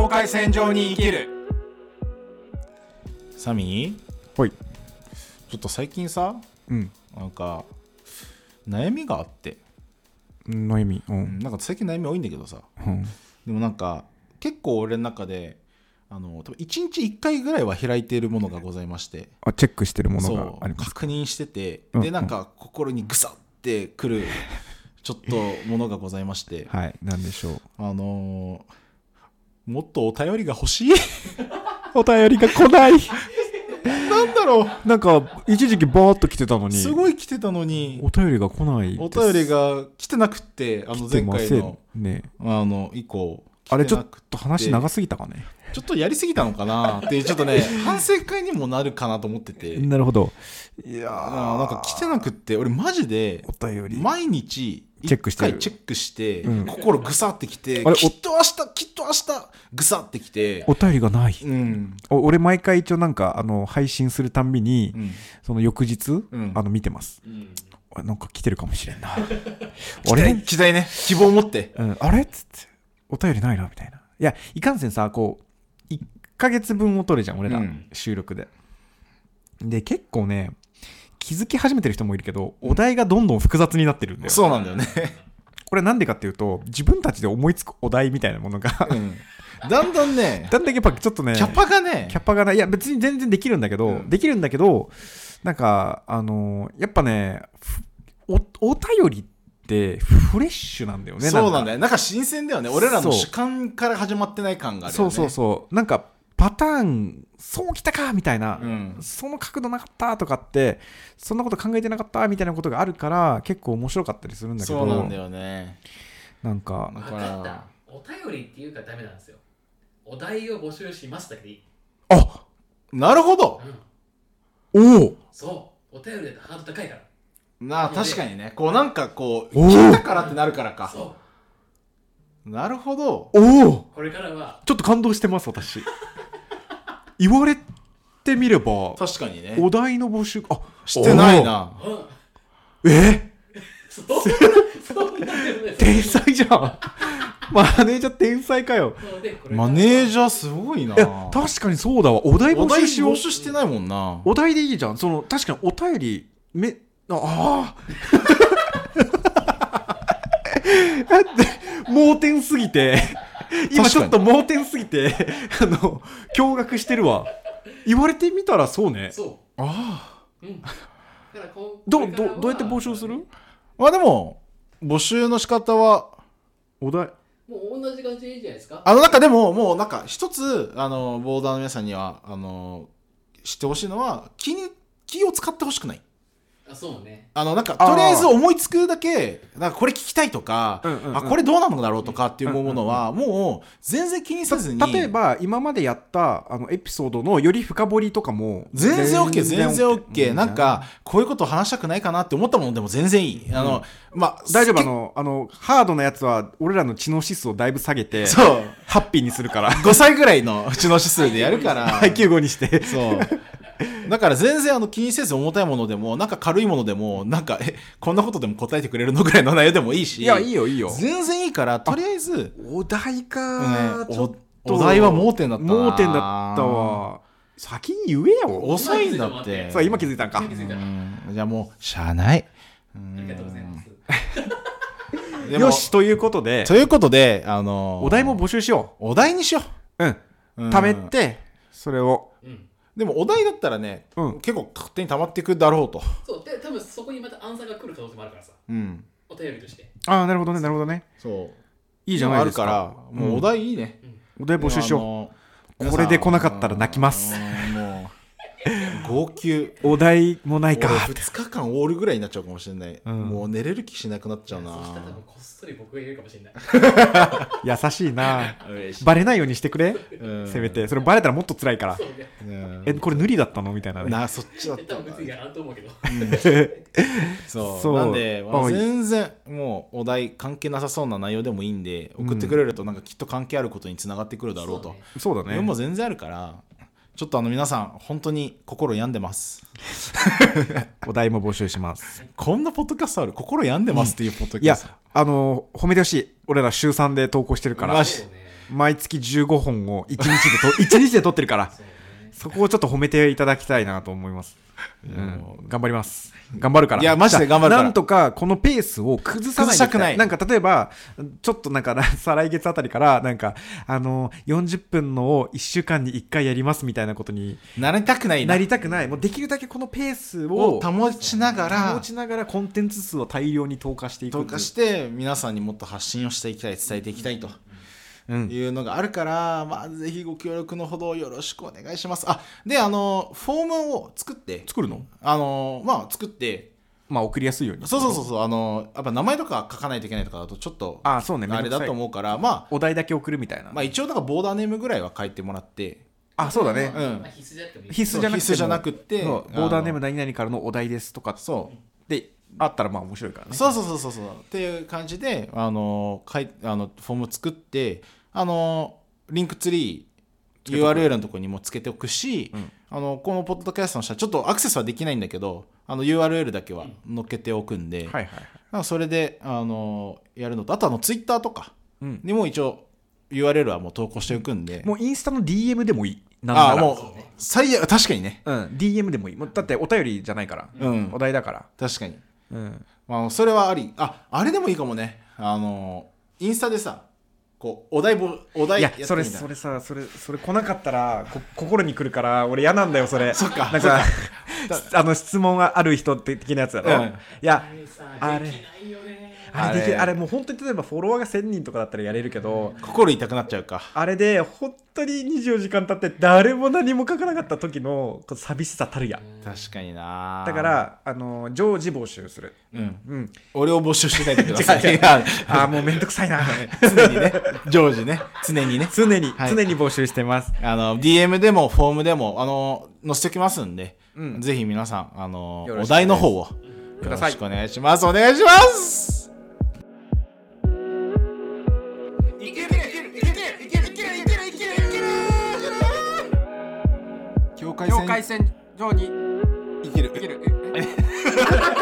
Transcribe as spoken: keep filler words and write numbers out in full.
境界線上に生きる。サミー、 はい。 ちょっと最近さ、 うん。 なんか悩みがあって、 悩み。ううんん、なんか最近悩み多いんだけどさ、 うん。 でもなんか結構俺の中であの多分いちにちいっかいぐらいは開いているものがございまして、 あ、チェックしてるものそうがあります。 確認してて、 うんでなんか心にグサってくるちょっとものがございまして、 はい。なんでしょう。 あのーもっとお便りが欲しいお便りが来ない。 なんだろう、 なんか一時期バーっと来てたのに、 すごい来てたのにお便りが来ないです。 お便りが来てなくって、あの前回のね、 あの以降あれちょっと話長すぎたかね。 ちょっとやりすぎたのかなってちょっとね反省会にもなるかなと思ってて、 なるほど。いやあなんか来てなくって、俺マジでお便り毎日チェックしてるいっかいチェックして、 うん、 心ぐさってきて、 あれきっと明日きっと明日ぐさってきて、 お便りがない、 うん、 お俺毎回一応なんかあの配信するたんびに、うん、その翌日、うん、あの見てます、うん、なんか来てるかもしれんな期待期待ね、希望を持って、 うん、あれっつってお便りないなみたいな。いやいかんせんさ、こういっかげつぶんを取るじゃん俺ら、うん、収録でで結構ね気づき始めてる人もいるけど、お題がどんどん複雑になってるんだよ。 そうなんだよね。 これなんでかっていうと、自分たちで思いつくお題みたいなものが、うん、 だんだんね、 だんだんやっぱちょっとね、 キャパがね、 キャパがない。いや別に全然できるんだけど、うん、できるんだけど、なんかあのー、やっぱね、お、お便りってフレッシュなんだよね。 そうなんだよ。なんか新鮮だよね。俺らの主観から始まってない感があるよね。 そうそうそう。なんかパターンそうきたかみたいな、うん、その角度なかったとかって、そんなこと考えてなかったみたいなことがあるから結構面白かったりするんだけど。 そうなんだよね。 なんか分かった。お便りっていうかダメなんですよ。お題を募集しますだけでいい。 あ、なるほど、 うん、おお、 そうお便りだとハードル高いからなあ。確かにね、こうなんかこう聞いたからってなるからか。そうなるほど。 おお、 これからはちょっと感動してます私言われてみれば確かにね、 お題の募集、あ、 してないな。 えそんな天才じゃんマネージャー天才かよ。 マネージャーすごいな。 いや確かにそうだわ。お題募集しよう。 お題募集してないもんな。 お題でいいじゃん。その確かにお便りめああだって盲点すぎて今ちょっと盲点すぎてあの驚愕してるわ。言われてみたらそうね。 そうああ、 うん、だからこうどどどうやって募集する？ まあでも募集の仕方はお題もう同じ感じでいいじゃないですか。 あのなんかでももうなんか一つあのボーダーの皆さんにはあの知ってほしいのは、気に気を使ってほしくない。 あ、そうね。 あのなんかとりあえず思いつくだけ、なんかこれ聞きたいとか、うんうんうん、あこれどうなのだろうとかっていうものはもう全然気にせずに、 例えば今までやったあのエピソードのより深掘りとかも全然 OK 全然 OK、 なんかこういうことを話したくないかなって思ったものでも全然いい。あの、うん、まあ大丈夫。あのあのハードなやつは俺らの知能指数をだいぶ下げて、 そうハッピーにするからごさいぐらいの知能指数でやるからアイキューご にしてそうだから全然あの気にせず、重たいものでもなんか軽いものでもなんかえこんなことでも答えてくれるのぐらいの内容でもいいし、 いやいいよいいよ全然いいから、とりあえずお題か、 ね、ちょっとお題は盲点だったな。 盲点だったわ。先に言えよ。 遅いんだって。 そう今気づいたんか。 うんじゃあもうしゃあない。 ありがとうございますよし、ということでということであのー、 お題も募集しよう。お題にしよう。うん、うん、貯めてそれを、 うん、でもお題だったらね、うん、結構勝手に溜まっていくだろうと。 そうで多分そこにまたアンサーが来る可能性もあるからさ、うん、お便りとして。 ああなるほどねなるほどね。 そういいじゃないですか。 あるからもうお題いいね、 うん、お題募集しよう。これで来なかったら泣きます。 もう号泣。 お題もないか。 ふつかかんオールぐらいになっちゃうかもしれない、うん、もう寝れる気しなくなっちゃうな。 そしたら多分こっそり僕が言うかもしれない優しいなバレないようにしてくれ、うん、せめて。それバレたらもっと辛いから、うん、えこれ塗りだったのみたいなね。 なそっちだった多分別にやらんと思うけど、 うん、そうそうなんで、まあ、全然もうお題関係なさそうな内容でもいいんで送ってくれるとなんかきっと関係あることにつながってくるだろうと。 そうだね。 でも全然あるからちょっとあの皆さん本当に心病んでますお題も募集します。 こんなポッドキャストある？心病んでますっていうポッドキャスト、 うん、いやあの褒めてほしい。俺ら週さんで投稿してるから。 マジ毎月じゅうごほんをいちにちでといちにちで撮ってるからそこをちょっと褒めていただきたいなと思います。うん、頑張ります。頑張るから。 いやマジで頑張るから。 なんとかこのペースを崩さないで崩したくない。 なんか例えばちょっとなんか再来月あたりからなんかあのよんじゅっぷんのをいっしゅうかんにいっかいやりますみたいなことになりたくないな。 なりたくない。もうできるだけこのペースを保ちながら保ちながらコンテンツ数を大量に投下していく。 投下して皆さんにもっと発信をしていきたい、伝えていきたいと。うん、いうのがあるから、まあ、ぜひご協力のほどよろしくお願いします。あ、で、あの、フォームを作って、 作るの？ あの、まあ、作って、 まあ、送りやすいように。 そうそうそうそう、あの、やっぱ名前とか書かないといけないとかだと、ちょっと、 あ、そうね、 あれだと思うから、まあ、 お題だけ送るみたいな。 まあ、一応、なんかボーダーネームぐらいは書いてもらって、 あ、そうだね。 うん。 必須じゃなくてもいい。 必須じゃなくても。 必須じゃなくて、 ボーダーネーム何々からのお題ですとか、そうで、あったらまあ面白いからね。 そうそうそうそうそう。っていう感じで、あの、かいあのフォーム作って、あのリンクツリー ユーアールエル のところにもつけておくし、うん、あのこのポッドキャストの下ちょっとアクセスはできないんだけどあの ユーアールエル だけは載っけておくんで、うんはいはいはい、それであのやるのとあとあのツイッターとかにも一応 ユーアールエル はもう投稿しておくんで、 もうインスタの ディーエム でもいい。なんならあもう最悪確かにね、 うん、ディーエム でもいい。もうだってお便りじゃないから、うん、お題だから確かに、うんまあ、それはありああれでもいいかもね。あのインスタでさこうお題ぼお題やってみたいな。いやそれそれさそれそれ来なかったらこ心に来るから俺嫌なんだよそれ。 そっかなんかあの質問がある人的なやつだろ、うん、いやあれあれできるあれもう本当に例えばフォロワーがせんにんとかだったらやれるけど、 心痛くなっちゃうか。 あれで本当ににじゅうよじかん経って誰も何も書かなかった時の寂しさたるや。 確かにな。 だからあの常時募集する。 うんうん。俺を募集しないでください。違う違うあもうめんどくさいな。 常にね常時ね常にね常に、はい、常に募集してます。 あの ディーエム でもフォームでもあの載せておきますんで、うん、ぜひ皆さんあのお題の方をよろしくお願いします。お願いします。境界線上に生きる生きる